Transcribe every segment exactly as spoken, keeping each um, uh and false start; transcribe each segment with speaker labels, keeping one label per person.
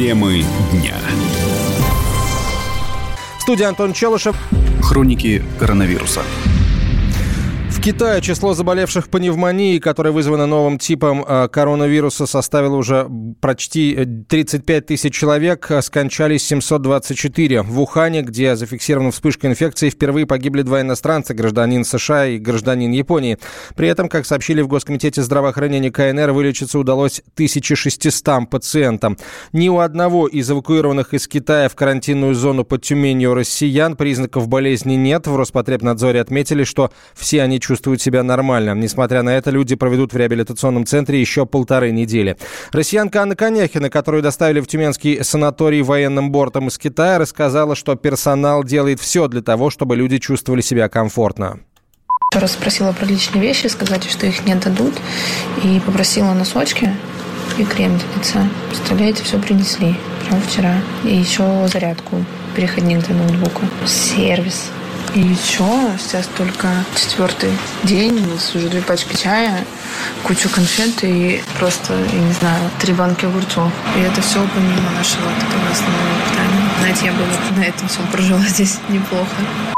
Speaker 1: Темы дня.
Speaker 2: Студия Антон Челышев.
Speaker 3: Хроники коронавируса.
Speaker 2: В Китае число заболевших пневмонией, которое вызвано новым типом коронавируса, составило уже почти тридцать пять тысяч человек, скончались семьсот двадцать четыре. В Ухане, где зафиксирована вспышка инфекции, впервые погибли два иностранца, гражданин США и гражданин Японии. При этом, как сообщили в Госкомитете здравоохранения КНР, вылечиться удалось тысяча шестьсот пациентам. Ни у одного из эвакуированных из Китая в карантинную зону под Тюменью россиян признаков болезни нет. В Роспотребнадзоре отметили, что все они чувствуют себя нормально. Несмотря на это, люди проведут в реабилитационном центре еще полторы недели. Россиянка Анна Коняхина, которую доставили в тюменский санаторий военным бортом из Китая, рассказала, что персонал делает все для того, чтобы люди чувствовали себя комфортно.
Speaker 4: Еще раз спросила про личные вещи, сказать, что их не дадут, и попросила носочки и крем для лица. Представляете, все принесли прямо вчера. И еще зарядку, переходник для ноутбука, сервис. И еще сейчас только четвертый день, у нас уже две пачки чая, кучу конфет и просто, я не знаю, три банки огурцов. И это все помимо нашего такого основного питания. Знаете, я бы на этом всем прожила здесь неплохо.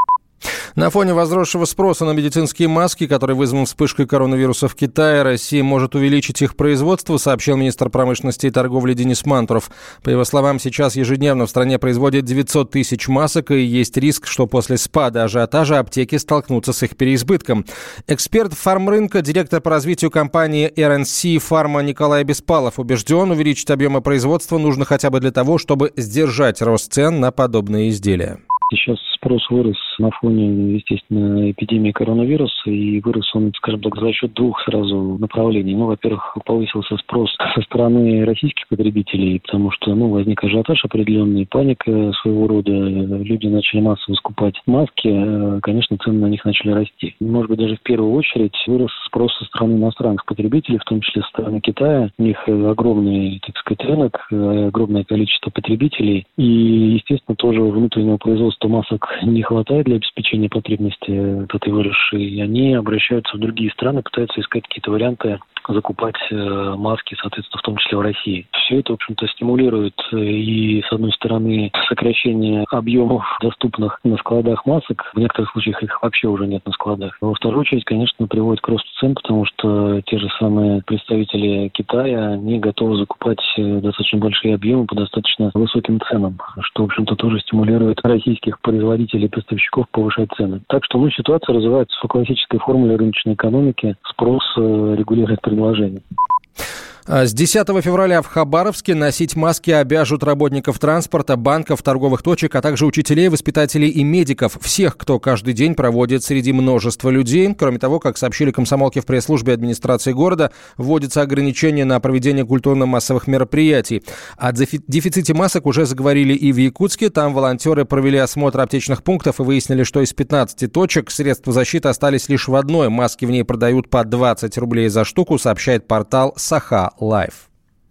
Speaker 2: На фоне возросшего спроса на медицинские маски, который вызван вспышкой коронавируса в Китае, Россия может увеличить их производство, сообщил министр промышленности и торговли Денис Мантуров. По его словам, сейчас ежедневно в стране производят девятьсот тысяч масок, и есть риск, что после спада ажиотажа аптеки столкнутся с их переизбытком. Эксперт фармрынка, директор по развитию компании эр эн си Pharma Николай Беспалов убежден, увеличить объемы производства нужно хотя бы для того, чтобы сдержать рост цен на подобные изделия.
Speaker 5: Сейчас спрос вырос на фоне, естественно, эпидемии коронавируса, и вырос он, скажем так, за счет двух сразу направлений. Ну, во-первых, повысился спрос со стороны российских потребителей, потому что, ну, возник ажиотаж определенный, паника своего рода, люди начали массово скупать маски, конечно, цены на них начали расти. Может быть, даже в первую очередь вырос спрос со стороны иностранных потребителей, в том числе со стороны Китая. У них огромный, так сказать, рынок, огромное количество потребителей, и, естественно, тоже внутреннего производства масок не хватает для обеспечения потребности этой выросшей, и они обращаются в другие страны, пытаются искать какие-то варианты закупать маски, соответственно, в том числе в России. Все это, в общем-то, стимулирует и, с одной стороны, сокращение объемов доступных на складах масок. В некоторых случаях их вообще уже нет на складах. Во вторую очередь, конечно, приводит к росту цен, потому что те же самые представители Китая, они готовы закупать достаточно большие объемы по достаточно высоким ценам, что, в общем-то, тоже стимулирует российских производителей и поставщиков повышать цены. Так что, ну, ситуация развивается по классической формуле рыночной экономики. Спрос регулирует предложение.
Speaker 2: С десятого февраля в Хабаровске носить маски обяжут работников транспорта, банков, торговых точек, а также учителей, воспитателей и медиков. Всех, кто каждый день проводит среди множества людей. Кроме того, как сообщили комсомолки в пресс-службе администрации города, вводятся ограничения на проведение культурно-массовых мероприятий. О дефиците масок уже заговорили и в Якутске. Там волонтеры провели осмотр аптечных пунктов и выяснили, что из пятнадцати точек средства защиты остались лишь в одной. Маски в ней продают по двадцать рублей за штуку, сообщает портал Саха Лайф.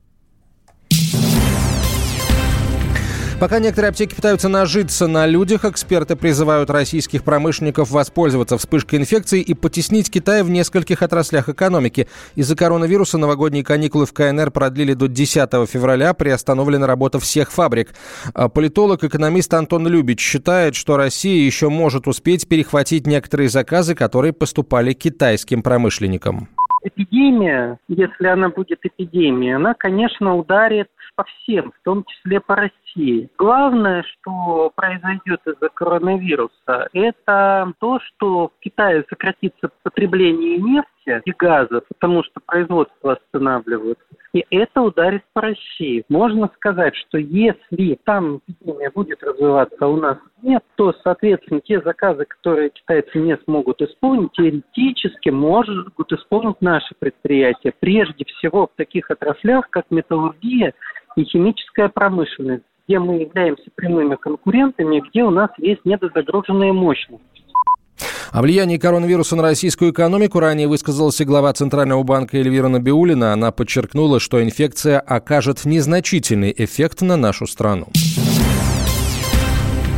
Speaker 2: Пока некоторые аптеки пытаются нажиться на людях, эксперты призывают российских промышленников воспользоваться вспышкой инфекции и потеснить Китай в нескольких отраслях экономики. Из-за коронавируса новогодние каникулы в ка эн эр продлили до десятого февраля, приостановлена работа всех фабрик. Политолог-экономист Антон Любич считает, что Россия еще может успеть перехватить некоторые заказы, которые поступали китайским промышленникам.
Speaker 6: Эпидемия, если она будет эпидемией, она, конечно, ударит по всем, в том числе по России. Главное, что произойдет из-за коронавируса, это то, что в Китае сократится потребление нефти и газа, потому что производство останавливают. И это ударит по России. Можно сказать, что если там эпидемия будет развиваться, а у нас нет, то, соответственно, те заказы, которые китайцы не смогут исполнить, теоретически могут исполнить наши предприятия. Прежде всего в таких отраслях, как металлургия и химическая промышленность, где мы являемся прямыми конкурентами, где у нас есть недозагруженные мощности.
Speaker 2: О влиянии коронавируса на российскую экономику ранее высказалась и глава Центрального банка Эльвира Набиуллина. Она подчеркнула, что инфекция окажет незначительный эффект на нашу страну.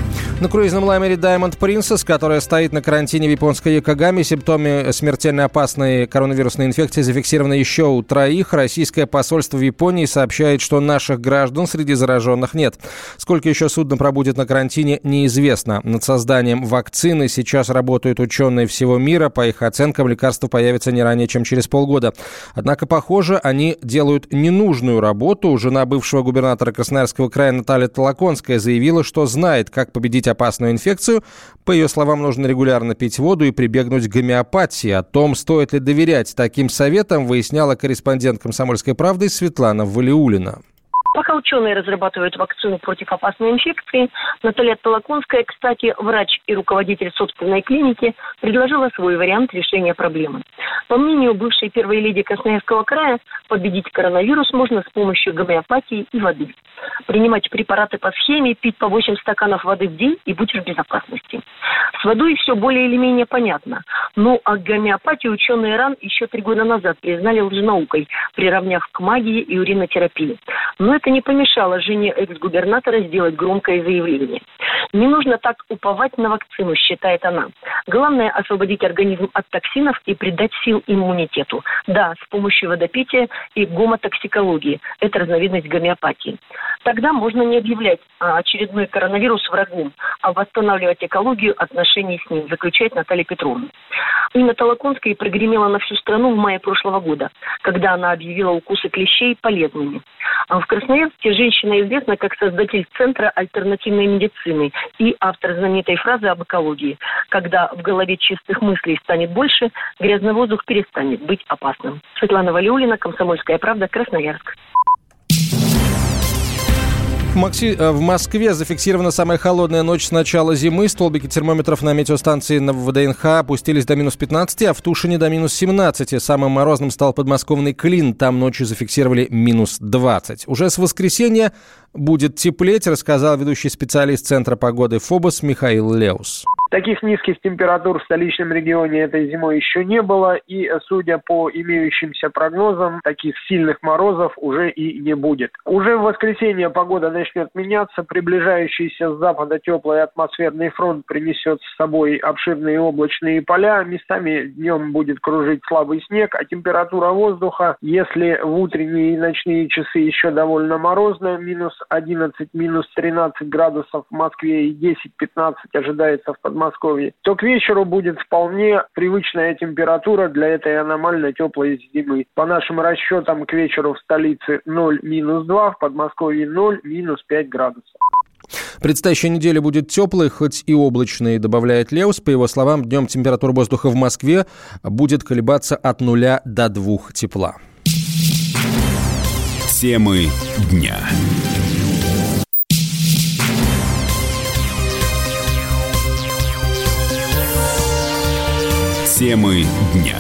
Speaker 2: На круизном лайнере Diamond Princess, которая стоит на карантине в японской Йокогаме, симптомами смертельно опасной коронавирусной инфекции зафиксированы еще у троих. Российское посольство в Японии сообщает, что наших граждан среди зараженных нет. Сколько еще судно пробудет на карантине, неизвестно. Над созданием вакцины сейчас работают ученые всего мира. По их оценкам, лекарство появится не ранее, чем через полгода. Однако, похоже, они делают ненужную работу. Жена бывшего губернатора Красноярского края Наталья Толоконская заявила, что знает, как победить опасную инфекцию. По ее словам, нужно регулярно пить воду и прибегнуть к гомеопатии. О том, стоит ли доверять таким советам, выясняла корреспондент «Комсомольской правды» Светлана Валиуллина.
Speaker 1: Пока ученые разрабатывают вакцину против опасной инфекции, Наталья Толоконская, кстати, врач и руководитель собственной клиники, предложила свой вариант решения проблемы. По мнению бывшей первой леди Красноярского края, победить коронавирус можно с помощью гомеопатии и воды. Принимать препараты по схеме, пить по восемь стаканов воды в день и будешь в безопасности. С водой все более или менее понятно. Ну, а гомеопатию ученые РАН еще три года назад признали лженаукой, приравняв к магии и уринотерапии. Но это не помешало жене экс-губернатора сделать громкое заявление. Не нужно так уповать на вакцину, считает она. Главное – освободить организм от токсинов и придать сил иммунитету. Да, с помощью водопития и гомотоксикологии. Это разновидность гомеопатии. Тогда можно не объявлять очередной коронавирус врагом, а восстанавливать экологию отношений с ним, заключает Наталья Петровна. Имя Толоконской прогремело на всю страну в мае прошлого года, когда она объявила укусы клещей полезными. А в Красноярске женщина известна как создатель Центра альтернативной медицины и автор знаменитой фразы об экологии. Когда в голове чистых мыслей станет больше, грязный воздух перестанет быть опасным. Светлана Валиуллина, «Комсомольская правда», Красноярск.
Speaker 2: В Москве зафиксирована самая холодная ночь с начала зимы. Столбики термометров на метеостанции на ВДНХ опустились до минус пятнадцати, а в Тушине до минус семнадцати. Самым морозным стал подмосковный Клин. Там ночью зафиксировали минус двадцать. Уже с воскресенья будет теплеть, рассказал ведущий специалист Центра погоды ФОБОС Михаил Леус.
Speaker 7: Таких низких температур в столичном регионе этой зимой еще не было, и, судя по имеющимся прогнозам, таких сильных морозов уже и не будет. Уже в воскресенье погода начнет меняться, приближающийся с запада теплый атмосферный фронт принесет с собой обширные облачные поля, местами днем будет кружить слабый снег, а температура воздуха, если в утренние и ночные часы еще довольно морозная, минус одиннадцать, минус тринадцать градусов в Москве и десять-пятнадцать ожидается в Подмосковье, то к вечеру будет вполне привычная температура для этой аномально теплой зимы. По нашим расчетам, к вечеру в столице ноль минус два, в Подмосковье ноль минус пять градусов.
Speaker 2: Предстоящая неделя будет теплой, хоть и облачной, добавляет Леус. По его словам, днем температура воздуха в Москве будет колебаться от нуля до двух тепла.
Speaker 3: Темы дня. Темы дня.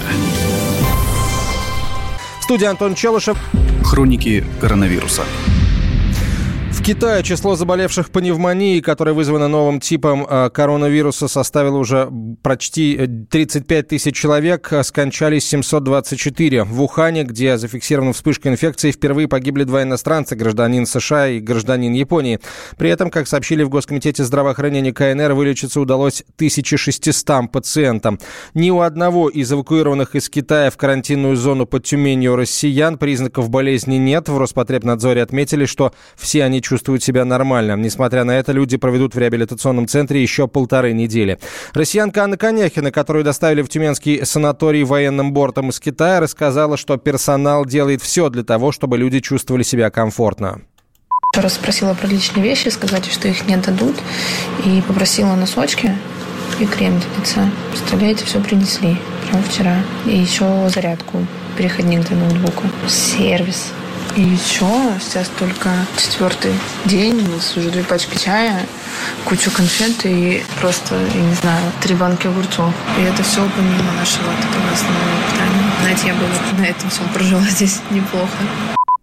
Speaker 2: В студии Антон Челышев.
Speaker 3: Хроники коронавируса.
Speaker 2: В Китае число заболевших пневмонией, которая вызвана новым типом коронавируса, составило уже почти тридцать пять тысяч человек, скончались семьсот двадцать четыре. В Ухане, где зафиксирована вспышка инфекции, впервые погибли два иностранца, гражданин США и гражданин Японии. При этом, как сообщили в Госкомитете здравоохранения КНР, вылечиться удалось тысяча шестьсот пациентам. Ни у одного из эвакуированных из Китая в карантинную зону под Тюменью россиян признаков болезни нет. В Роспотребнадзоре отметили, что все они чувствуют чувствуют себя нормально. Несмотря на это, люди проведут в реабилитационном центре еще полторы недели. Россиянка Анна Коняхина, которую доставили в тюменский санаторий военным бортом из Китая, рассказала, что персонал делает все для того, чтобы люди чувствовали себя комфортно.
Speaker 4: Еще раз спросила про личные вещи, сказать, что их не отдадут. И попросила носочки и крем для лица. Представляете, все принесли. Прямо вчера. И еще зарядку, переходник для ноутбука. Сервис. И еще сейчас только четвертый день, у нас уже две пачки чая, кучу конфет и просто, я не знаю, три банки огурцов. И это все помимо нашего такого основного питания. Знаете, я бы на этом всем прожила здесь неплохо.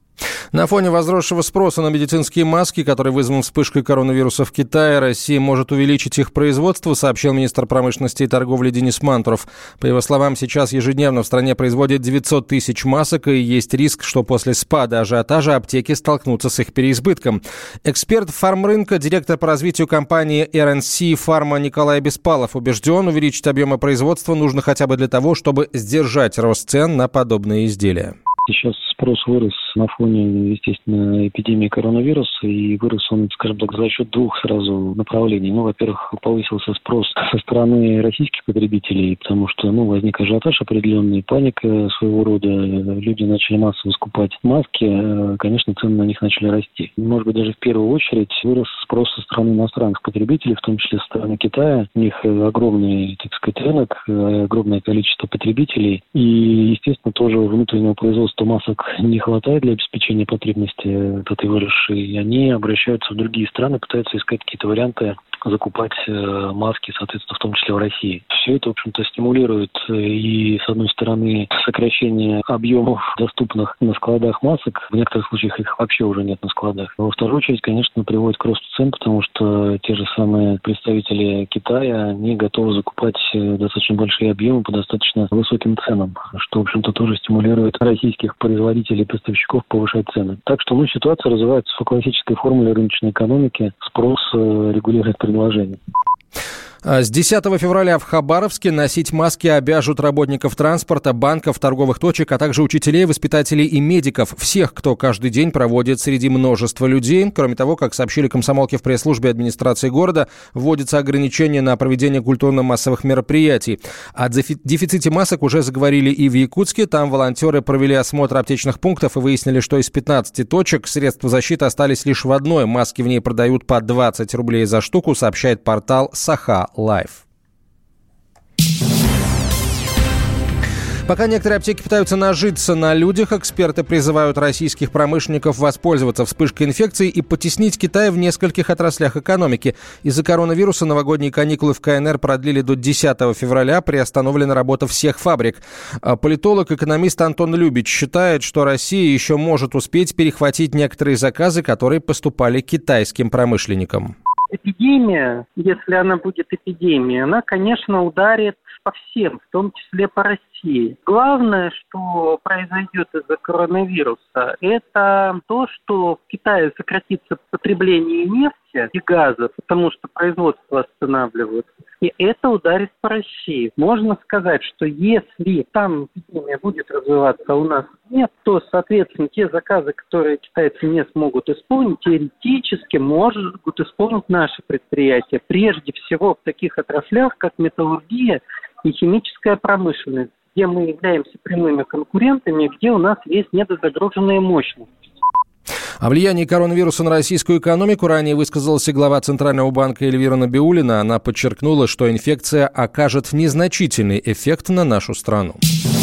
Speaker 2: На фоне возросшего спроса на медицинские маски, который вызван вспышкой коронавируса в Китае, Россия может увеличить их производство, сообщил министр промышленности и торговли Денис Мантуров. По его словам, сейчас ежедневно в стране производят девятьсот тысяч масок, и есть риск, что после спада ажиотажа аптеки столкнутся с их переизбытком. Эксперт фармрынка, директор по развитию компании эр эн си Pharma Николай Беспалов убежден, увеличить объемы производства нужно хотя бы для того, чтобы сдержать рост цен на подобные изделия.
Speaker 5: Сейчас спрос вырос на фоне, естественно, эпидемии коронавируса, и вырос он, скажем так, за счет двух сразу направлений. Ну, во-первых, повысился спрос со стороны российских потребителей, потому что, ну, возник ажиотаж определенный, паника своего рода, люди начали массово скупать маски, конечно, цены на них начали расти. Может быть, даже в первую очередь вырос спрос со стороны иностранных потребителей, в том числе со стороны Китая. У них огромный, так сказать, рынок, огромное количество потребителей, и, естественно, тоже внутреннего производства масок не хватает для обеспечения потребности этой выросшей, и они обращаются в другие страны, пытаются искать какие-то варианты закупать э, маски, соответственно, в том числе в России. Все это, в общем-то, стимулирует и, с одной стороны, сокращение объемов доступных на складах масок. В некоторых случаях их вообще уже нет на складах. Во вторую очередь, конечно, приводит к росту цен, потому что те же самые представители Китая, они готовы закупать достаточно большие объемы по достаточно высоким ценам, что, в общем-то, тоже стимулирует российских производителей и поставщиков повышать цены. Так что, ну, ситуация развивается по классической формуле рыночной экономики. Спрос регулирует предложение.
Speaker 2: С десятого февраля в Хабаровске носить маски обяжут работников транспорта, банков, торговых точек, а также учителей, воспитателей и медиков. Всех, кто каждый день проводит среди множества людей. Кроме того, как сообщили комсомолки в пресс-службе администрации города, вводятся ограничения на проведение культурно-массовых мероприятий. О дефиците масок уже заговорили и в Якутске. Там волонтеры провели осмотр аптечных пунктов и выяснили, что из пятнадцати точек средства защиты остались лишь в одной. Маски в ней продают по двадцать рублей за штуку, сообщает портал Саха Лайф. Пока некоторые аптеки пытаются нажиться на людях, эксперты призывают российских промышленников воспользоваться вспышкой инфекции и потеснить Китай в нескольких отраслях экономики. Из-за коронавируса новогодние каникулы в ка эн эр продлили до десятого февраля, приостановлена работа всех фабрик. Политолог, экономист Антон Любич считает, что Россия еще может успеть перехватить некоторые заказы, которые поступали китайским промышленникам.
Speaker 6: Эпидемия, если она будет эпидемией, она, конечно, ударит по всем, в том числе по России. Главное, что произойдет из-за коронавируса, это то, что в Китае сократится потребление нефти и газа, потому что производство останавливают. И это ударит по России. Можно сказать, что если там эпидемия будет развиваться, а у нас нет, то, соответственно, те заказы, которые китайцы не смогут исполнить, теоретически могут исполнить наши предприятия. Прежде всего в таких отраслях, как металлургия и химическая промышленность, где мы являемся прямыми конкурентами, где у нас есть недозагруженные мощности.
Speaker 2: О влиянии коронавируса на российскую экономику ранее высказалась и глава Центрального банка Эльвира Набиуллина. Она подчеркнула, что инфекция окажет незначительный эффект на нашу страну.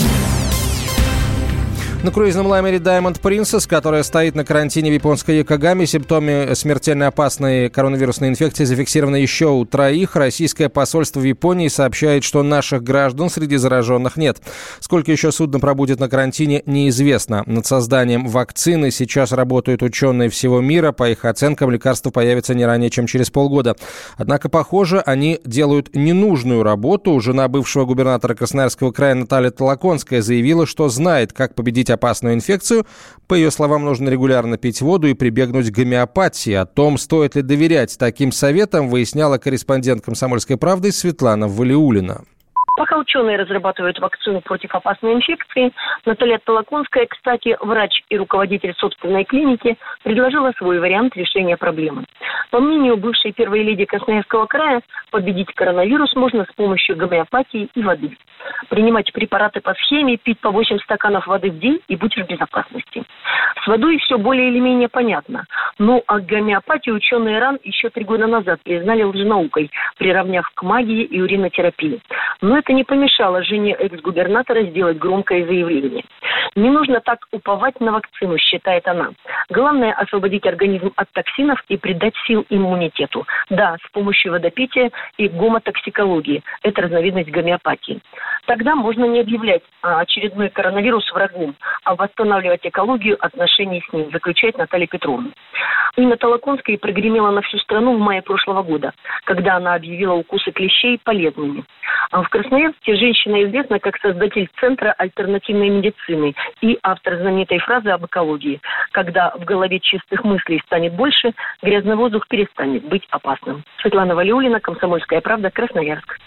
Speaker 2: На круизном лайнере Diamond Princess, которая стоит на карантине в японской Йокогаме, симптомы смертельно опасной коронавирусной инфекции зафиксированы еще у троих. Российское посольство в Японии сообщает, что наших граждан среди зараженных нет. Сколько еще судно пробудет на карантине, неизвестно. Над созданием вакцины сейчас работают ученые всего мира. По их оценкам, лекарство появится не ранее, чем через полгода. Однако, похоже, они делают ненужную работу. Жена бывшего губернатора Красноярского края Наталья Толоконская заявила, что знает, как победить опасную инфекцию. По ее словам, нужно регулярно пить воду и прибегнуть к гомеопатии. О том, стоит ли доверять таким советам, выясняла корреспондент «Комсомольской правды» Светлана Валиуллина.
Speaker 1: Пока ученые разрабатывают вакцину против опасной инфекции, Наталья Толоконская, кстати, врач и руководитель собственной клиники, предложила свой вариант решения проблемы. По мнению бывшей первой леди Красноярского края, победить коронавирус можно с помощью гомеопатии и воды. Принимать препараты по схеме, пить по восемь стаканов воды в день и будешь в безопасности. С водой все более или менее понятно. Ну а гомеопатию ученые РАН еще три года назад признали лженаукой, приравняв к магии и уринотерапии. Но это не помешало жене экс-губернатора сделать громкое заявление. Не нужно так уповать на вакцину, считает она. Главное – освободить организм от токсинов и придать сил иммунитету. Да, с помощью водопития и гомотоксикологии. Это разновидность гомеопатии. Тогда можно не объявлять очередной коронавирус врагом, а восстанавливать экологию отношений с ним, заключает Наталья Петровна. Инна Толоконская прогремела на всю страну в мае прошлого года, когда она объявила укусы клещей полезными. А в Красноярске женщина известна как создатель Центра альтернативной медицины и автор знаменитой фразы об экологии. Когда в голове чистых мыслей станет больше, грязный воздух перестанет быть опасным. Светлана Валиуллина, «Комсомольская правда», Красноярск.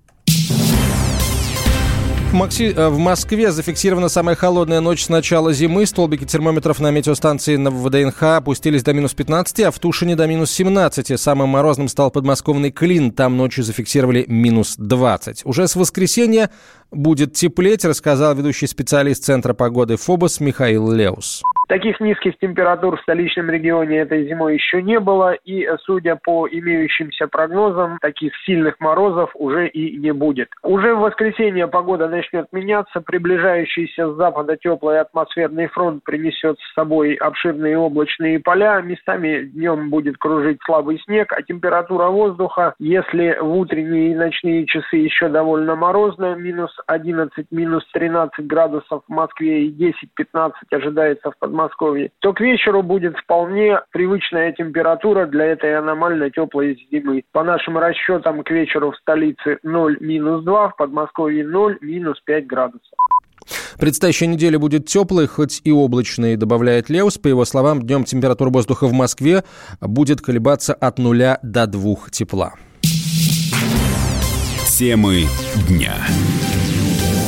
Speaker 2: В Москве зафиксирована самая холодная ночь с начала зимы. Столбики термометров на метеостанции на ВДНХ опустились до минус пятнадцати, а в Тушине до минус семнадцати. Самым морозным стал подмосковный Клин. Там ночью зафиксировали минус двадцать. Уже с воскресенья будет теплеть, рассказал ведущий специалист Центра погоды ФОБОС Михаил Леус.
Speaker 7: Таких низких температур в столичном регионе этой зимой еще не было, и, судя по имеющимся прогнозам, таких сильных морозов уже и не будет. Уже в воскресенье погода начнет меняться, приближающийся с запада теплый атмосферный фронт принесет с собой обширные облачные поля, местами днем будет кружить слабый снег, а температура воздуха, если в утренние и ночные часы еще довольно морозно, минус одиннадцать, минус тринадцать градусов в Москве и десять-пятнадцать ожидается в Подмосковье, то к вечеру будет вполне привычная температура для этой аномально теплой зимы. По нашим расчетам, к вечеру в столице ноль минус два, в Подмосковье ноль минус пять градусов.
Speaker 2: Предстоящая неделя будет теплой, хоть и облачной, добавляет Леус. По его словам, днем температура воздуха в Москве будет колебаться от нуля до двух тепла.
Speaker 3: Темы дня.